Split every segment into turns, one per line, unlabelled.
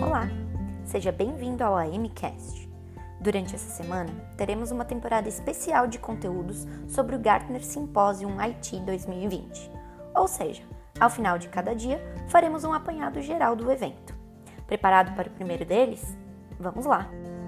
Olá, seja bem-vindo ao AMcast. Durante essa semana, teremos uma temporada especial de conteúdos sobre o Gartner Symposium IT 2020. Ou seja, ao final de cada dia, faremos um apanhado geral do evento. Preparado para o primeiro deles? Vamos lá!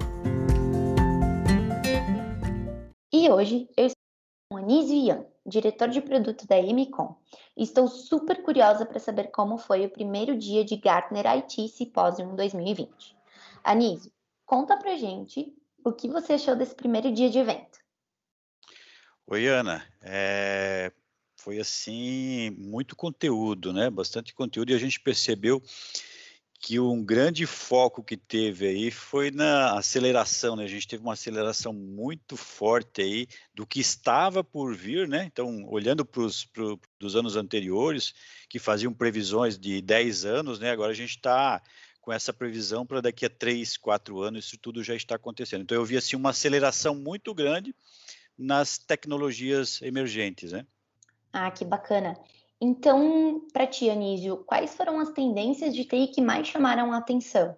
E hoje eu estou com Anísio Yan, diretor de produto da Emicom, e estou super curiosa para saber como foi o primeiro dia de Gartner IT Symposium 2020. Anísio, conta pra gente o que você achou desse primeiro dia de evento.
Oi, Ana. Foi assim, muito conteúdo, né? Bastante conteúdo, e a gente percebeu que um grande foco que teve aí foi na aceleração, né? A gente teve uma aceleração muito forte aí do que estava por vir, né? Então, olhando dos anos anteriores, que faziam previsões de 10 anos, né? Agora a gente está com essa previsão para daqui a 3, 4 anos, isso tudo já está acontecendo. Então, eu vi assim uma aceleração muito grande nas tecnologias emergentes, né?
Ah, que bacana! Então, para ti, Anísio, quais foram as tendências de TI que mais chamaram a atenção?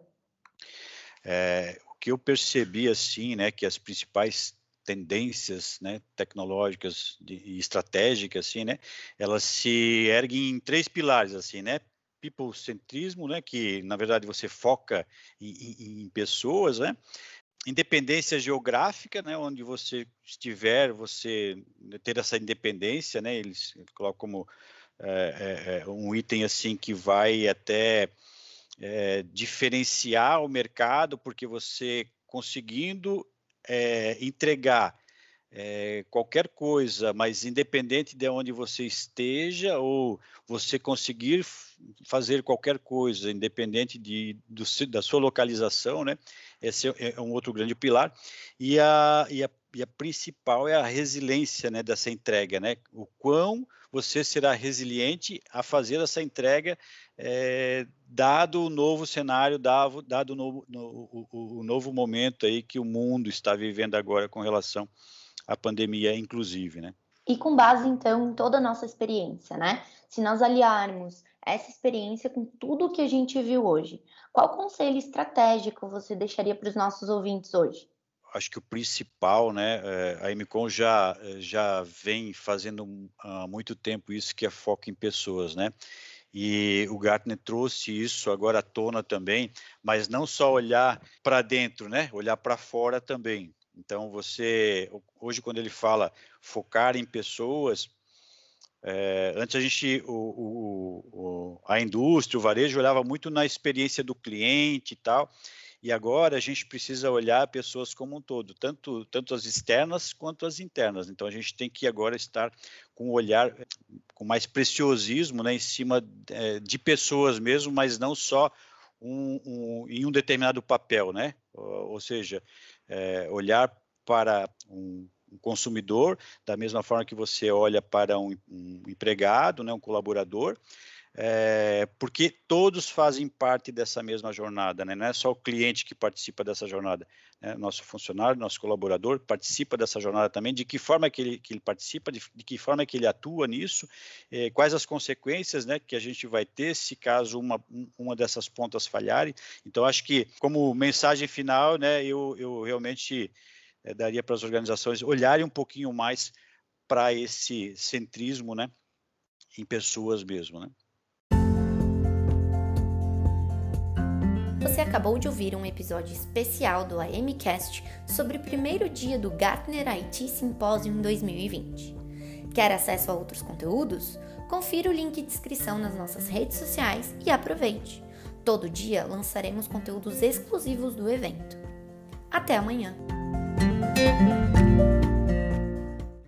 O que eu percebi assim, né, que as principais tendências, né, tecnológicas e estratégicas, assim, né, elas se erguem em 3 pilares, assim, né? People-centrismo, né, que na verdade você foca em pessoas, né? Independência geográfica, né, onde você estiver, você ter essa independência, né? Eles colocam como um item assim que vai até diferenciar o mercado, porque você conseguindo entregar qualquer coisa, mas independente de onde você esteja, ou você conseguir fazer qualquer coisa, independente da sua localização, né? Esse é um outro grande pilar. E a principal é a resiliência, né, dessa entrega, né? O quão você será resiliente a fazer essa entrega, dado o novo cenário, dado o novo momento aí que o mundo está vivendo agora com relação à pandemia, inclusive, né?
E com base, então, em toda a nossa experiência, né? Se nós aliarmos essa experiência com tudo o que a gente viu hoje, qual conselho estratégico você deixaria para os nossos ouvintes hoje?
Acho que o principal, né, a Emicom já vem fazendo há muito tempo isso, que é foco em pessoas, né? E o Gartner trouxe isso agora à tona também, mas não só olhar para dentro, né? Olhar para fora também. Então, hoje, quando ele fala focar em pessoas, antes a indústria, o varejo olhava muito na experiência do cliente e tal, e agora a gente precisa olhar pessoas como um todo, tanto as externas quanto as internas. Então, a gente tem que agora estar com um olhar com mais preciosismo, né, em cima de pessoas mesmo, mas não só em um determinado papel, né? Ou seja, olhar para um consumidor da mesma forma que você olha para um empregado, né, um colaborador, porque todos fazem parte dessa mesma jornada, né? Não é só o cliente que participa dessa jornada, né? Nosso funcionário, nosso colaborador participa dessa jornada também. De que forma que ele participa, de que forma que ele atua nisso, quais as consequências, né, que a gente vai ter se caso uma dessas pontas falharem. Então, acho que como mensagem final, né, eu realmente daria para as organizações olharem um pouquinho mais para esse centrismo, né, em pessoas mesmo, né?
Você acabou de ouvir um episódio especial do AMcast sobre o primeiro dia do Gartner IT Symposium 2020. Quer acesso a outros conteúdos? Confira o link de inscrição nas nossas redes sociais e aproveite! Todo dia lançaremos conteúdos exclusivos do evento. Até amanhã!